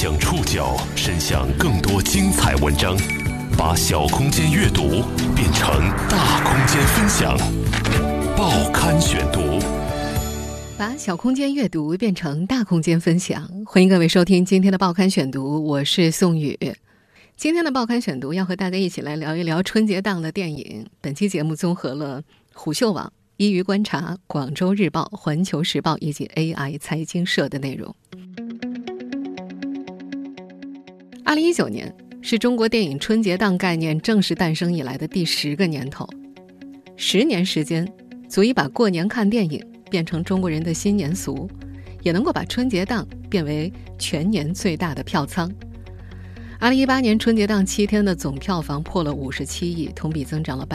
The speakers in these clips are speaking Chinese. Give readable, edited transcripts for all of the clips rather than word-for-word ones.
将触角伸向更多精彩文章，把小空间阅读变成大空间分享。报刊选读， 把小空间阅读变成大空间分享。欢迎各位收听今天的报刊选读，我是宋宇。今天的报刊选读要和大家一起来聊一聊春节档的电影。本期节目综合了虎嗅网、一娱观察、广州日报、环球时报以及 AI 财经社的内容。2019年是中国电影春节档概念正式诞生以来的第10个年头，10年时间足以把过年看电影变成中国人的新年俗，也能够把春节档变为全年最大的票仓。2018年春节档7天的总票房破了57亿，同比增长了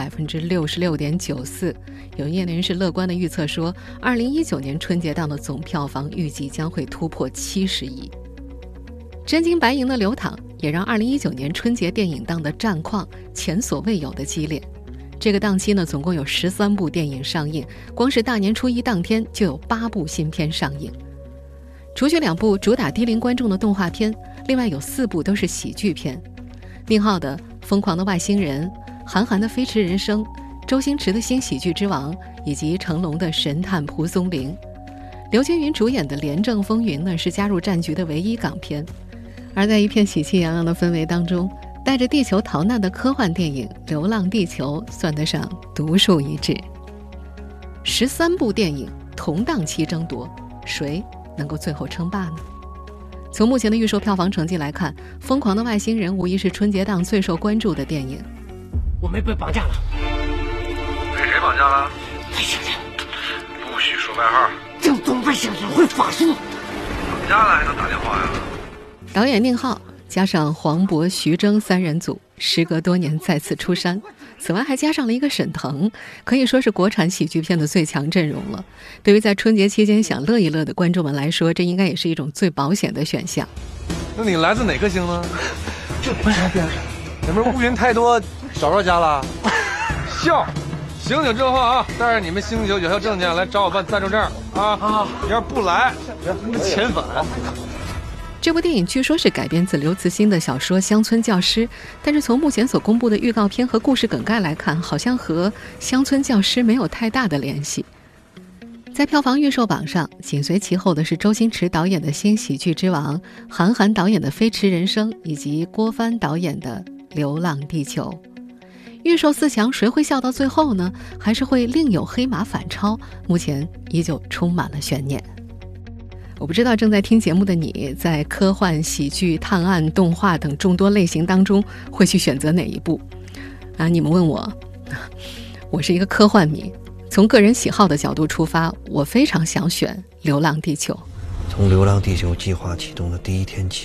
66.94%。有业内人士乐观地预测说，2019年春节档的总票房预计将会突破70亿。真金白银的流淌也让2019年春节电影档的战况前所未有的激烈。这个档期呢，总共有13部电影上映，光是大年初一当天就有8部新片上映。除去2部主打低龄观众的动画片，另外有4部都是喜剧片。宁浩的《疯狂的外星人》，韩寒的《飞驰人生》，周星驰的新喜剧之王，以及成龙的《神探蒲松龄》。刘青云主演的《廉政风云》呢，是加入战局的唯一港片。而在一片喜气洋洋的氛围当中，带着地球逃难的科幻电影《流浪地球》算得上独树一帜。13部电影同档期争夺，谁能够最后称霸呢？从目前的预售票房成绩来看，《疯狂的外星人》无疑是春节档最受关注的电影。 我没被绑架了。 被谁绑架了？ 魏先生。 不许说外号。 正宗魏先生会法术。 绑架了还能打电话呀？ 导演宁浩加上黄渤、徐峥3人组，时隔多年再次出山。此外还加上了一个沈腾，可以说是国产喜剧片的最强阵容了。对于在春节期间想乐一乐的观众们来说，这应该也是一种最保险的选项。 那你来自哪颗星呢？ 这不是电视， 你们乌云太多，找着家了？笑，醒醒这话啊！带着你们星球有效证件来找我办暂住证啊！你要是不来，遣返。 这部电影据说是改编自刘慈欣的小说《乡村教师》，但是从目前所公布的预告片和故事梗概来看，好像和《乡村教师》没有太大的联系。在票房预售榜上，紧随其后的是周星驰导演的新喜剧之王，韩寒导演的《飞驰人生》，以及郭帆导演的《流浪地球》。预售4强，谁会笑到最后呢？还是会另有黑马反超？目前依旧充满了悬念。我不知道正在听节目的你，在科幻、喜剧、探案、动画等众多类型当中会去选择哪一部啊？你们问我，我是一个科幻迷，从个人喜好的角度出发，我非常想选《流浪地球》。 从《流浪地球》计划启动的第一天起，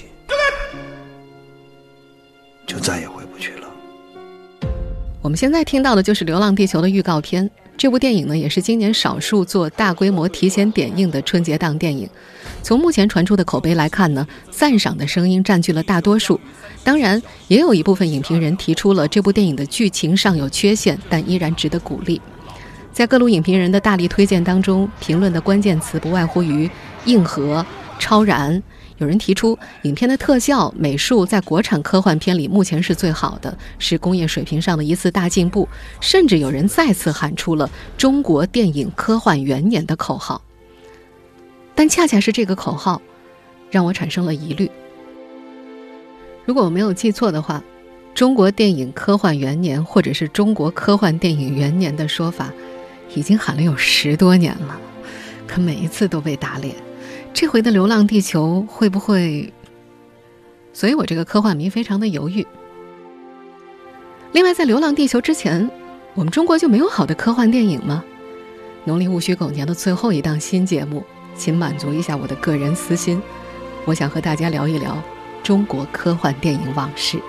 就再也回不去了。 我们现在听到的就是《流浪地球》的预告片。这部电影呢，也是今年少数做大规模提前点映的春节档电影。从目前传出的口碑来看呢，赞赏的声音占据了大多数。当然，也有一部分影评人提出了这部电影的剧情上有缺陷，但依然值得鼓励。在各路影评人的大力推荐当中，评论的关键词不外乎于硬核、超然。有人提出，影片的特效、美术在国产科幻片里目前是最好的，是工业水平上的一次大进步，甚至有人再次喊出了中国电影科幻元年的口号。但恰恰是这个口号让我产生了疑虑。如果我没有记错的话，中国电影科幻元年或者是中国科幻电影元年的说法已经喊了有10多年了，可每一次都被打脸。这回的《流浪地球》会不会？所以我这个科幻迷非常的犹豫。另外，在《流浪地球》之前，我们中国就没有好的科幻电影吗？农历戊戌狗年的最后一档新节目，请满足一下我的个人私心，我想和大家聊一聊中国科幻电影往事。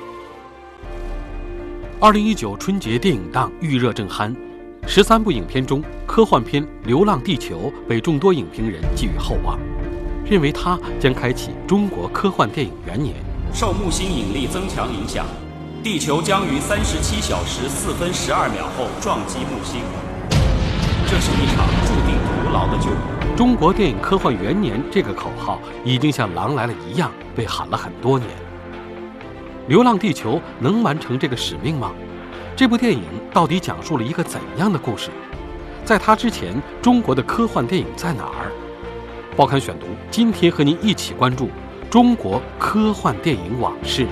2019春节电影档预热正酣，13部影片中，科幻片《流浪地球》被众多影评人寄予厚望，认为它将开启中国科幻电影元年。 受木星引力增强影响，地球将于37小时4分12秒后撞击木星，这是一场注定牢的救援。 中国电影科幻元年这个口号已经像狼来了一样被喊了很多年。流浪地球能完成这个使命吗？这部电影到底讲述了一个怎样的故事？在它之前，中国的科幻电影在哪儿？报刊选读今天和您一起关注中国科幻电影往事。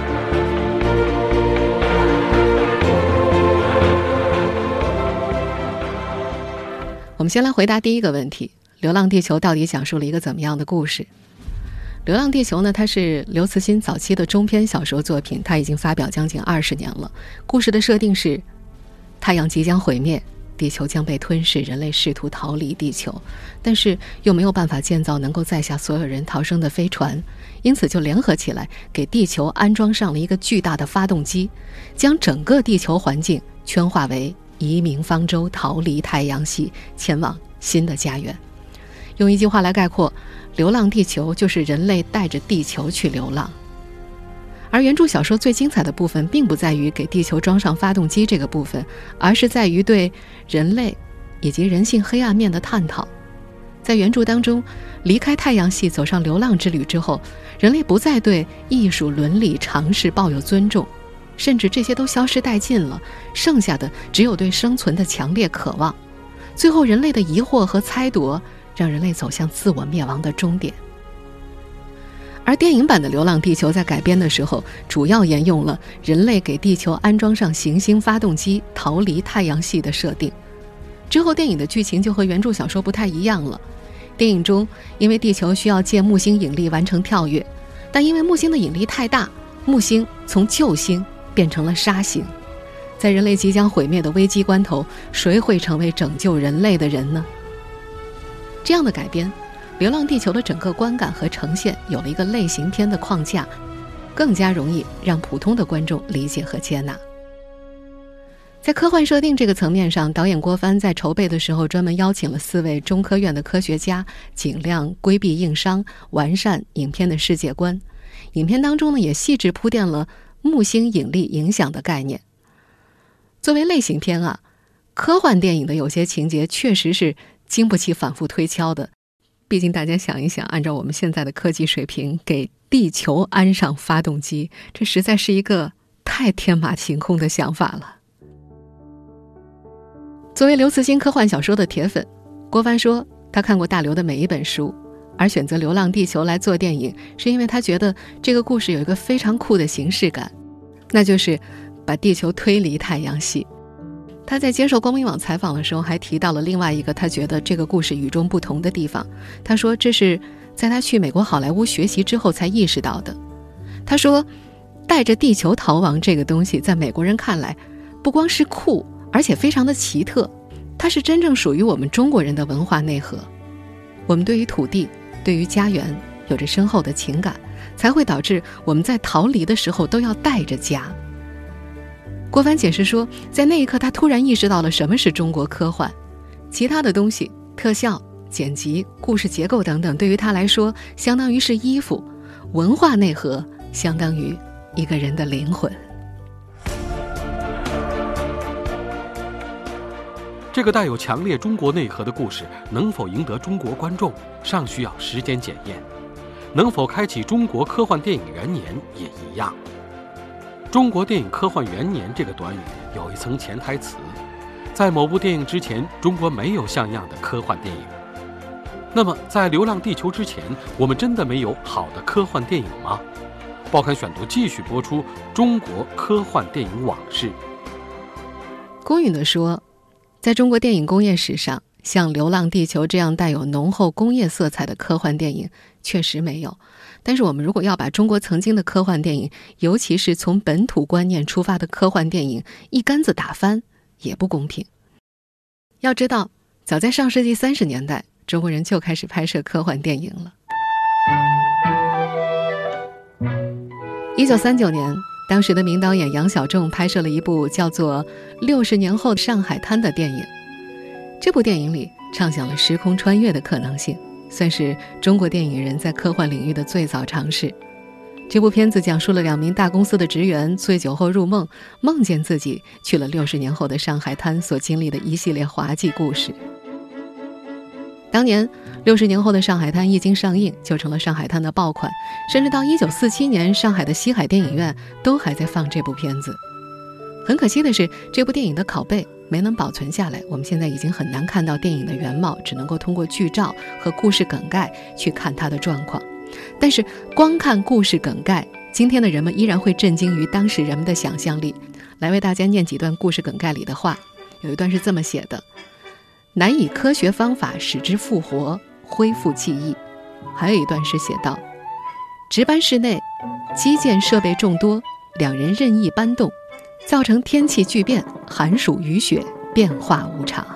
我们先来回答第一个问题：流浪地球到底讲述了一个怎么样的故事？流浪地球呢，它是刘慈欣早期的中篇小说作品，它已经发表将近20年了。故事的设定是太阳即将毁灭，地球将被吞噬，人类试图逃离地球，但是又没有办法建造能够载下所有人逃生的飞船，因此就联合起来给地球安装上了一个巨大的发动机，将整个地球环境圈化为移民方舟，逃离太阳系，前往新的家园。用一句话来概括，流浪地球就是人类带着地球去流浪。而原著小说最精彩的部分并不在于给地球装上发动机这个部分，而是在于对人类以及人性黑暗面的探讨。在原著当中，离开太阳系走上流浪之旅之后，人类不再对艺术、伦理、常识抱有尊重，甚至这些都消失殆尽了，剩下的只有对生存的强烈渴望。最后人类的疑惑和猜度让人类走向自我灭亡的终点。而电影版的《流浪地球》在改编的时候，主要沿用了人类给地球安装上行星发动机，逃离太阳系的设定。之后电影的剧情就和原著小说不太一样了。电影中，因为地球需要借木星引力完成跳跃，但因为木星的引力太大，木星从救星变成了杀星。在人类即将毁灭的危机关头，谁会成为拯救人类的人呢？这样的改编，流浪地球的整个观感和呈现有了一个类型片的框架，更加容易让普通的观众理解和接纳。在科幻设定这个层面上，导演郭帆在筹备的时候专门邀请了4位中科院的科学家，尽量规避硬伤，完善影片的世界观。影片当中呢，也细致铺垫了木星引力影响的概念。作为类型片啊，科幻电影的有些情节确实是经不起反复推敲的。毕竟大家想一想，按照我们现在的科技水平，给地球安上发动机，这实在是一个太天马行空的想法了。作为刘慈欣科幻小说的铁粉，郭帆说他看过大刘的每一本书，而选择《流浪地球》来做电影，是因为他觉得这个故事有一个非常酷的形式感，那就是把地球推离太阳系。他在接受光明网采访的时候还提到了另外一个他觉得这个故事与众不同的地方。他说这是在他去美国好莱坞学习之后才意识到的。他说带着地球逃亡这个东西在美国人看来不光是酷，而且非常的奇特，它是真正属于我们中国人的文化内核。我们对于土地，对于家园有着深厚的情感，才会导致我们在逃离的时候都要带着家。郭帆解释说，在那一刻他突然意识到了什么是中国科幻，其他的东西，特效、剪辑、故事结构等等，对于他来说相当于是衣服，文化内核相当于一个人的灵魂。 这个带有强烈中国内核的故事能否赢得中国观众，尚需要时间检验。能否开启中国科幻电影元年也一样。中国电影科幻元年这个短语有一层潜台词，在某部电影之前，中国没有像样的科幻电影。那么在《流浪地球》之前，我们真的没有好的科幻电影吗？报刊选读继续播出中国科幻电影往事。 公允地说，在中国电影工业史上，像《流浪地球》这样带有浓厚工业色彩的科幻电影确实没有。但是我们如果要把中国曾经的科幻电影，尤其是从本土观念出发的科幻电影一竿子打翻，也不公平。要知道，早在上世纪30年代，中国人就开始拍摄科幻电影了。1939年，当时的名导演杨小仲拍摄了一部叫做《60年后的上海滩》的电影。这部电影里畅想了时空穿越的可能性，算是中国电影人在科幻领域的最早尝试。这部片子讲述了2名大公司的职员醉酒后入梦，梦见自己去了60年后的上海滩所经历的一系列滑稽故事。 当年60年后的上海滩一经上映，就成了上海滩的爆款，甚至到1947年，上海的西海电影院都还在放这部片子。很可惜的是，这部电影的拷贝没能保存下来，我们现在已经很难看到电影的原貌，只能够通过剧照和故事梗概去看它的状况。但是光看故事梗概，今天的人们依然会震惊于当时人们的想象力。来为大家念几段故事梗概里的话，有一段是这么写的：难以科学方法使之复活，恢复记忆。还有一段是写道：值班室内基建设备众多，两人任意搬动，造成天气巨变，寒暑雨雪，变化无常。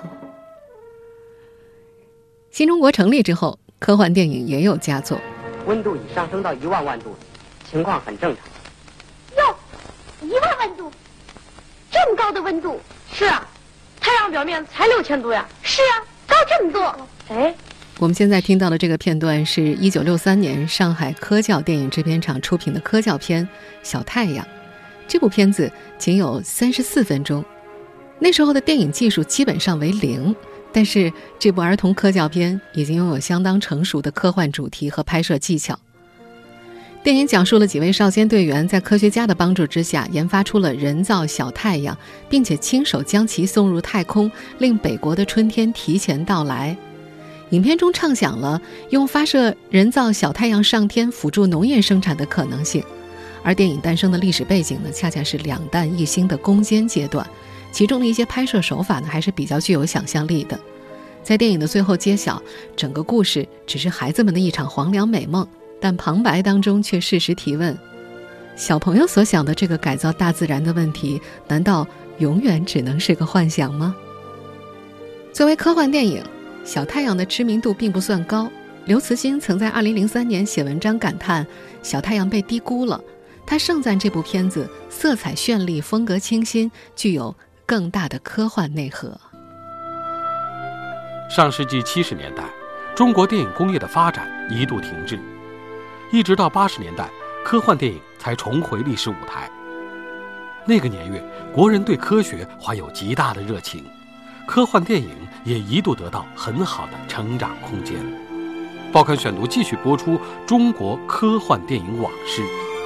新中国成立之后，科幻电影也有佳作。 温度已上升到1万万度，情况很正常。 哟，1万万度，这么高的温度？是啊，太阳表面才6000度呀。是啊，高这么多。哎， 我们现在听到的这个片段是1963年上海科教电影制片厂出品的科教片《小太阳》。这部片子仅有34分钟，那时候的电影技术基本上为零，但是这部儿童科教片已经拥有相当成熟的科幻主题和拍摄技巧。电影讲述了几位少先队员在科学家的帮助之下研发出了人造小太阳，并且亲手将其送入太空，令北国的春天提前到来。影片中畅想了用发射人造小太阳上天辅助农业生产的可能性，而电影诞生的历史背景呢，恰恰是两弹一星的攻坚阶段，其中的一些拍摄手法呢，还是比较具有想象力的。在电影的最后揭晓，整个故事只是孩子们的一场黄粱美梦，但旁白当中却适时提问：小朋友所想的这个改造大自然的问题，难道永远只能是个幻想吗？作为科幻电影，小太阳的知名度并不算高。刘慈欣曾在2003年写文章感叹小太阳被低估了，他盛赞这部片子色彩绚丽，风格清新，具有更大的科幻内核。 上世纪70年代，中国电影工业的发展一度停滞，一直到80年代，科幻电影才重回历史舞台。那个年月，国人对科学怀有极大的热情，科幻电影也一度得到很好的成长空间。报刊选读继续播出中国科幻电影往事。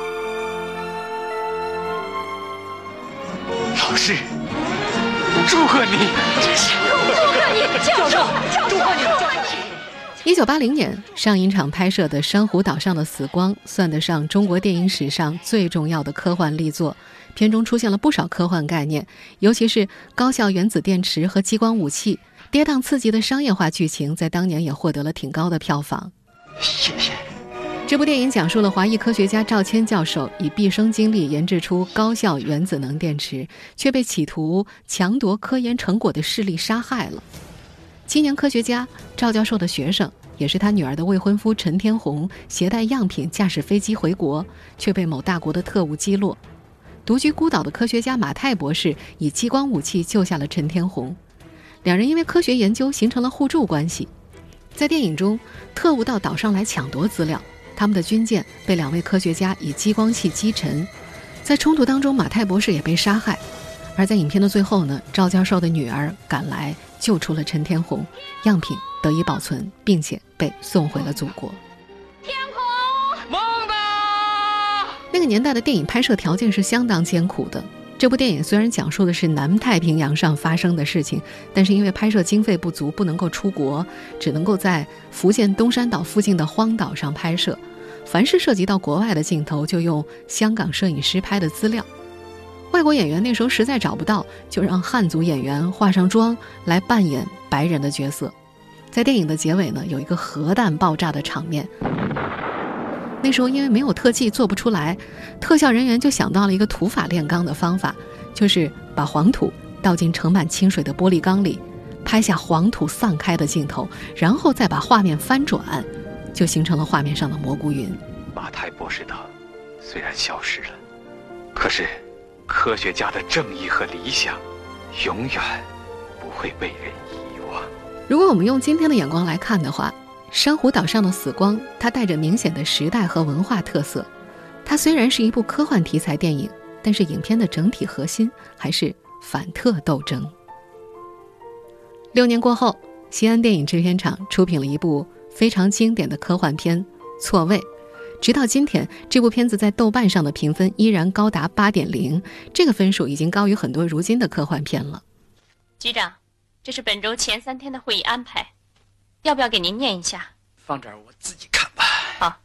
老师，祝贺你！ 祝贺你，教授！祝贺你 ！1980年，上影厂拍摄的《珊瑚岛上的死光》算得上中国电影史上最重要的科幻力作。片中出现了不少科幻概念，尤其是高效原子电池和激光武器，跌宕刺激的商业化剧情在当年也获得了挺高的票房。 谢谢。 这部电影讲述了华裔科学家赵谦教授以毕生精力研制出高效原子能电池，却被企图强夺科研成果的势力杀害了。青年科学家赵教授的学生，也是他女儿的未婚夫陈天红，携带样品驾驶飞机回国，却被某大国的特务击落。独居孤岛的科学家马太博士以激光武器救下了陈天红，两人因为科学研究形成了互助关系。在电影中，特务到岛上来抢夺资料，他们的军舰被两位科学家以激光器击沉，在冲突当中，马太博士也被杀害。而在影片的最后呢，赵教授的女儿赶来救出了陈天红，样品得以保存，并且被送回了祖国。 天空， 梦的。 那个年代的电影拍摄条件是相当艰苦的。这部电影虽然讲述的是南太平洋上发生的事情，但是因为拍摄经费不足，不能够出国，只能够在福建东山岛附近的荒岛上拍摄。凡是涉及到国外的镜头，就用香港摄影师拍的资料。外国演员那时候实在找不到，就让汉族演员化上妆来扮演白人的角色。在电影的结尾呢，有一个核弹爆炸的场面。那时候因为没有特技做不出来，特效人员就想到了一个土法炼钢的方法，就是把黄土倒进盛满清水的玻璃缸里，拍下黄土散开的镜头，然后再把画面翻转，就形成了画面上的蘑菇云。 马太博士岛虽然消失了，可是科学家的正义和理想永远不会被人遗忘。 如果我们用今天的眼光来看的话，珊瑚岛上的死光，它带着明显的时代和文化特色。它虽然是一部科幻题材电影，但是影片的整体核心还是反特斗争。6年过后， 西安电影制片厂出品了一部非常经典的科幻片《错位》，直到今天，这部片子在豆瓣上的评分依然高达 8.0， 这个分数已经高于很多如今的科幻片了。 局长，这是本周前3天的会议安排，要不要给您念一下？ 放这儿我自己看吧。 好。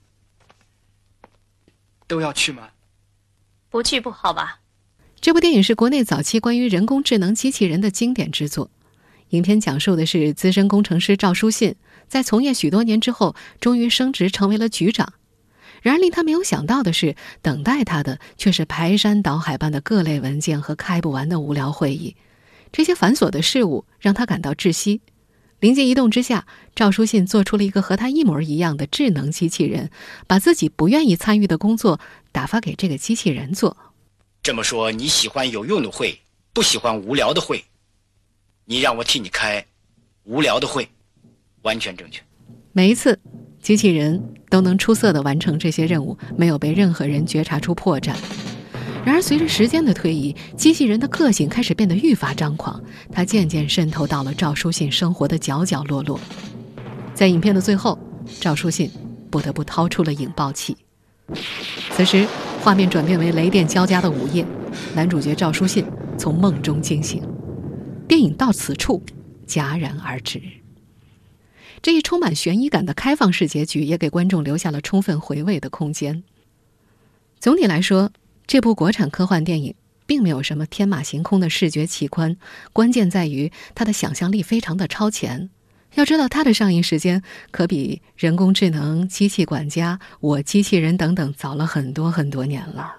都要去吗？ 不去不好吧？ 这部电影是国内早期关于人工智能机器人的经典之作。影片讲述的是资深工程师赵书信在从业许多年之后，终于升职成为了局长。然而令他没有想到的是，等待他的却是排山倒海般的各类文件和开不完的无聊会议。这些繁琐的事物让他感到窒息。灵机一动之下，赵书信做出了一个和他一模一样的智能机器人，把自己不愿意参与的工作打发给这个机器人做。 这么说，你喜欢有用的会，不喜欢无聊的会。你让我替你开无聊的会，完全正确。 每一次机器人都能出色地完成这些任务，没有被任何人觉察出破绽。然而随着时间的推移，机器人的个性开始变得愈发张狂，它渐渐渗透到了赵书信生活的角角落落。在影片的最后，赵书信不得不掏出了引爆器。此时画面转变为雷电交加的午夜，男主角赵书信从梦中惊醒。电影到此处戛然而止。这一充满悬疑感的开放式结局也给观众留下了充分回味的空间。总体来说，这部国产科幻电影并没有什么天马行空的视觉奇观，关键在于它的想象力非常的超前。要知道它的上映时间可比人工智能、机器管家、我机器人等等早了很多很多年了。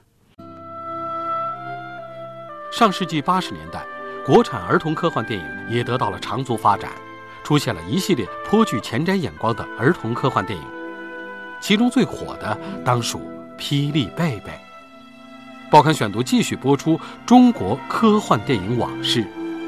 上世纪80年代，国产儿童科幻电影也得到了长足发展，出现了一系列颇具前瞻眼光的儿童科幻电影，其中最火的当属《霹雳贝贝》。报刊选读继续播出中国科幻电影往事。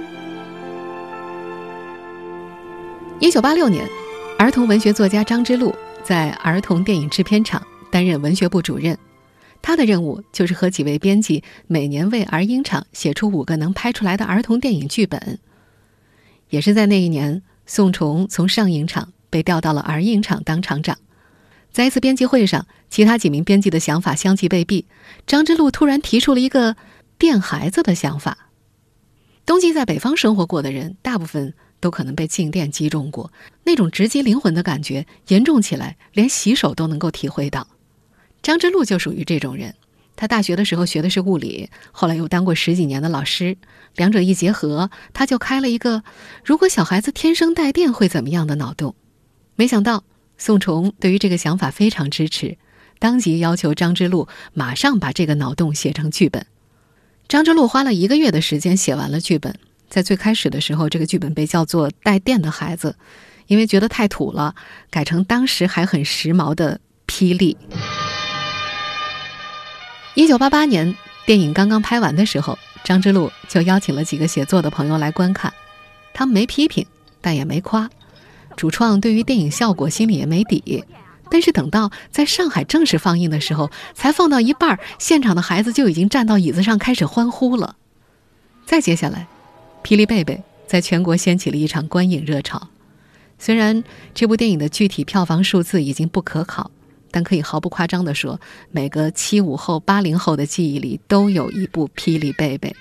1986年，儿童文学作家张之路在儿童电影制片厂担任文学部主任。他的任务就是和几位编辑每年为儿影厂写出5个能拍出来的儿童电影剧本。也是在那一年，宋崇从上影厂被调到了儿影厂当厂长。在一次编辑会上，其他几名编辑的想法相继被毙，张之路突然提出了一个电孩子的想法。冬季在北方生活过的人，大部分都可能被静电击中过，那种直击灵魂的感觉，严重起来连洗手都能够体会到。张之路就属于这种人，他大学的时候学的是物理，后来又当过10几年的老师，两者一结合，他就开了一个如果小孩子天生带电会怎么样的脑洞。没想到宋崇对于这个想法非常支持，当即要求张之路马上把这个脑洞写成剧本。张之路花了1个月的时间写完了剧本。在最开始的时候，这个剧本被叫做《带电的孩子》，因为觉得太土了，改成当时还很时髦的霹雳。1988年，电影刚刚拍完的时候，张之路就邀请了几个写作的朋友来观看。他们没批评，但也没夸。主创对于电影效果心里也没底，但是等到在上海正式放映的时候，才放到一半，现场的孩子就已经站到椅子上开始欢呼了。再接下来，霹雳贝贝在全国掀起了一场观影热潮。虽然这部电影的具体票房数字已经不可考，但可以毫不夸张地说，每个75后、80后的记忆里都有一部霹雳贝贝。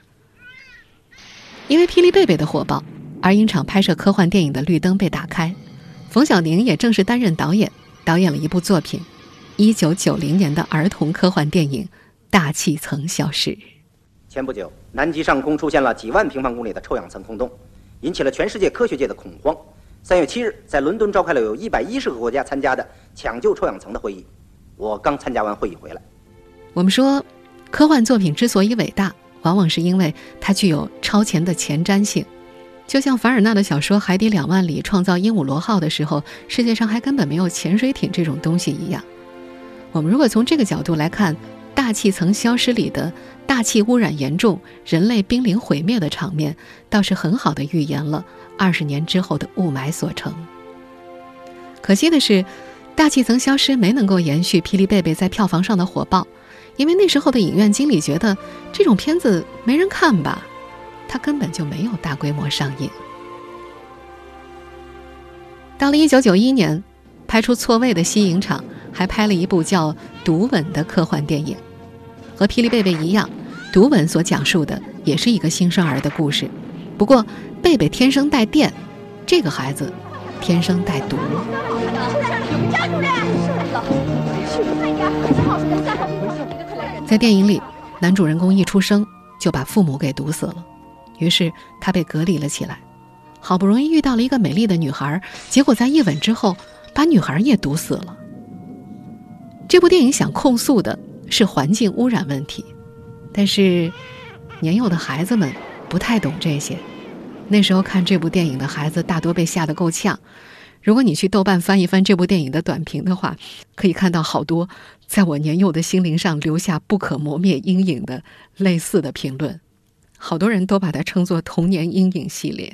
因为霹雳贝贝的火爆，儿影厂拍摄科幻电影的绿灯被打开，冯小宁也正式担任导演了一部作品，1990年的儿童科幻电影《大气层消失》。 前不久，南极上空出现了几万平方公里的臭氧层空洞，引起了全世界科学界的恐慌。3月7日，在伦敦召开了有110个国家参加的抢救臭氧层的会议。我刚参加完会议回来。 我们说，科幻作品之所以伟大，往往是因为它具有超前的前瞻性。就像凡尔纳的小说《海底2万里》创造鹦鹉螺号的时候，世界上还根本没有潜水艇这种东西一样。我们如果从这个角度来看，大气层消失里的大气污染严重、人类濒临毁灭的场面，倒是很好的预言了20年之后的雾霾所成。可惜的是，大气层消失没能够延续霹雳贝贝在票房上的火爆，因为那时候的影院经理觉得这种片子没人看吧，它根本就没有大规模上映。 到了1991年，拍出错位的西影厂还拍了一部叫《独吻》的科幻电影。和霹雳贝贝一样，《独吻》所讲述的也是一个新生儿的故事，不过贝贝天生带电，这个孩子天生带毒。在电影里，男主人公一出生就把父母给毒死了，于是他被隔离了起来。好不容易遇到了一个美丽的女孩，结果在一吻之后把女孩也毒死了。这部电影想控诉的是环境污染问题，但是年幼的孩子们不太懂这些。那时候看这部电影的孩子大多被吓得够呛。如果你去豆瓣翻一翻这部电影的短评的话，可以看到好多在我年幼的心灵上留下不可磨灭阴影的类似的评论，好多人都把它称作童年阴影系列。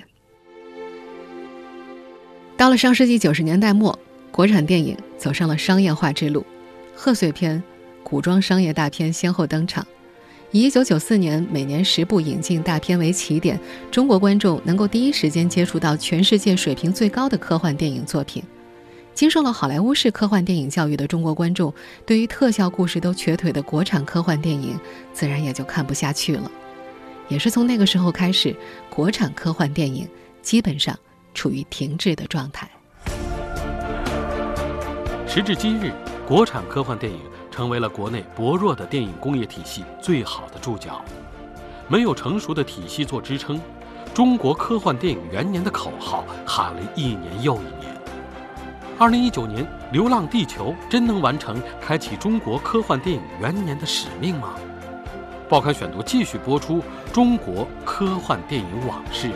到了上世纪90年代末，国产电影走上了商业化之路，贺岁片、古装商业大片先后登场。以1994年每年10部引进大片为起点，中国观众能够第一时间接触到全世界水平最高的科幻电影作品。经受了好莱坞式科幻电影教育的中国观众，对于特效故事都瘸腿的国产科幻电影自然也就看不下去了。也是从那个时候开始，国产科幻电影基本上处于停滞的状态。 时至今日，国产科幻电影成为了国内薄弱的电影工业体系最好的注脚。没有成熟的体系做支撑，中国科幻电影元年的口号喊了一年又一年。2019年，《流浪地球》真能完成开启中国科幻电影元年的使命吗？报刊选读继续播出中国科幻电影往事。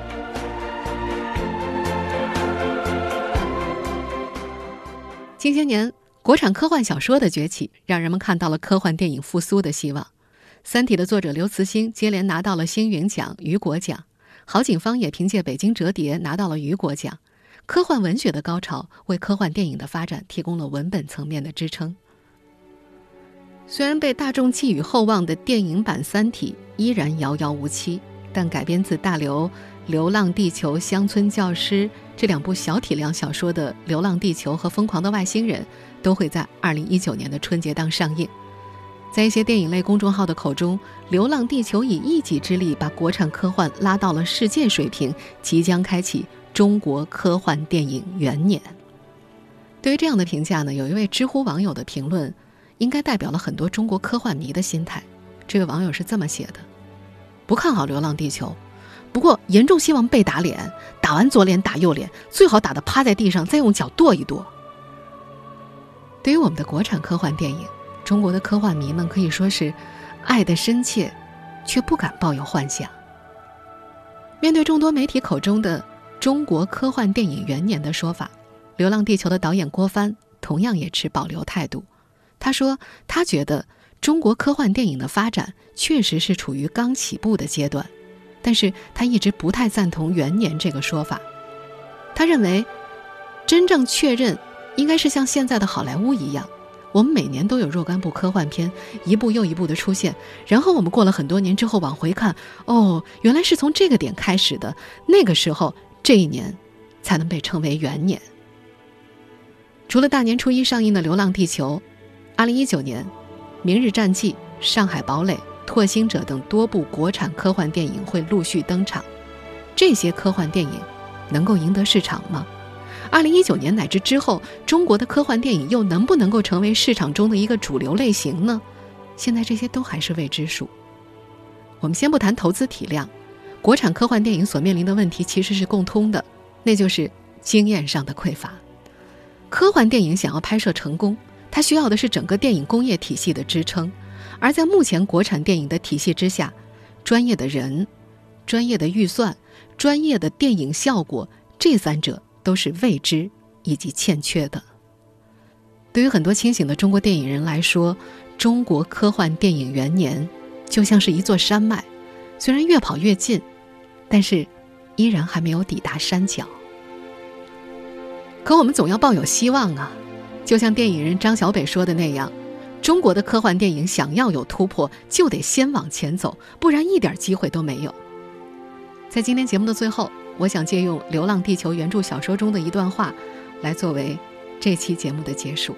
近些年，国产科幻小说的崛起，让人们看到了科幻电影复苏的希望。《三体》的作者刘慈欣接连拿到了星云奖、雨果奖，郝景芳也凭借《北京折叠》拿到了雨果奖。科幻文学的高潮为科幻电影的发展提供了文本层面的支撑。虽然被大众寄予厚望的电影版《三体》依然遥遥无期，但改编自大刘《流浪地球》《乡村教师》这两部小体量小说的《流浪地球》和《疯狂的外星人》都会在2019年的春节档上映。在一些电影类公众号的口中，《流浪地球》以一己之力把国产科幻拉到了世界水平，即将开启中国科幻电影元年。对于这样的评价呢，有一位知乎网友的评论应该代表了很多中国科幻迷的心态。这位网友是这么写的：不看好《流浪地球》，不过严重希望被打脸，打完左脸打右脸，最好打得趴在地上，再用脚跺一跺。对于我们的国产科幻电影，中国的科幻迷们可以说是爱得深切，却不敢抱有幻想。面对众多媒体口中的中国科幻电影元年的说法，《流浪地球》的导演郭帆同样也持保留态度。他说，他觉得中国科幻电影的发展确实是处于刚起步的阶段，但是他一直不太赞同元年这个说法。他认为，真正确认应该是像现在的好莱坞一样，我们每年都有若干部科幻片一部又一部的出现，然后我们过了很多年之后往回看，哦，原来是从这个点开始的，那个时候这一年才能被称为元年。除了大年初一上映的《流浪地球》，2019年《明日战记》、《上海堡垒》、《拓星者》等多部国产科幻电影会陆续登场。这些科幻电影能够赢得市场吗？2019年乃至之后，中国的科幻电影又能不能够成为市场中的一个主流类型呢？现在这些都还是未知数。我们先不谈投资体量，国产科幻电影所面临的问题其实是共通的，那就是经验上的匮乏。科幻电影想要拍摄成功，它需要的是整个电影工业体系的支撑，而在目前国产电影的体系之下，专业的人、专业的预算、专业的电影效果，这三者都是未知以及欠缺的。对于很多清醒的中国电影人来说，中国科幻电影元年就像是一座山脉，虽然越跑越近，但是依然还没有抵达山脚。可我们总要抱有希望啊，就像电影人张小北说的那样，中国的科幻电影想要有突破，就得先往前走，不然一点机会都没有。在今天节目的最后， 我想借用《流浪地球》原著小说中的一段话来作为这期节目的结束。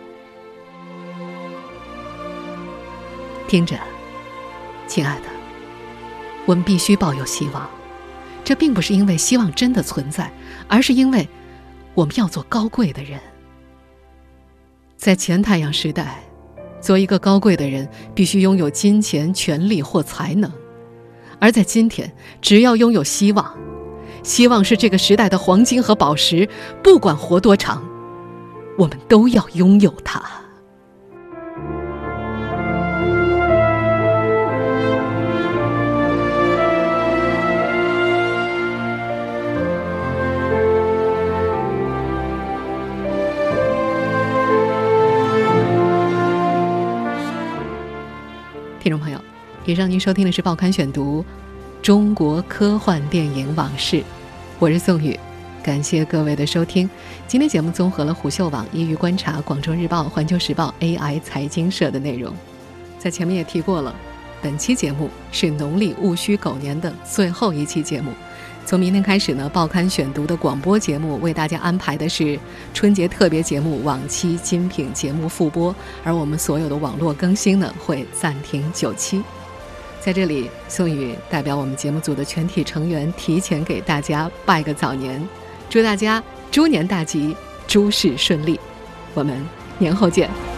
听着，亲爱的，我们必须抱有希望，这并不是因为希望真的存在，而是因为我们要做高贵的人。在前太阳时代，做一个高贵的人必须拥有金钱、权力或才能，而在今天，只要拥有希望，希望是这个时代的黄金和宝石，不管活多长，我们都要拥有它。听众朋友，以上您收听的是《报刊选读》中国科幻电影往事，我是宋宇，感谢各位的收听。今天节目综合了虎嗅网、一娱观察、广州日报、环球时报、AI 财经社的内容。在前面也提过了，本期节目是农历戊戌狗年的最后一期节目。从明天开始呢，报刊选读的广播节目为大家安排的是春节特别节目往期精品节目复播，而我们所有的网络更新呢会暂停9期。在这里，宋宇代表我们节目组的全体成员提前给大家拜个早年，祝大家猪年大吉，诸事顺利。我们年后见。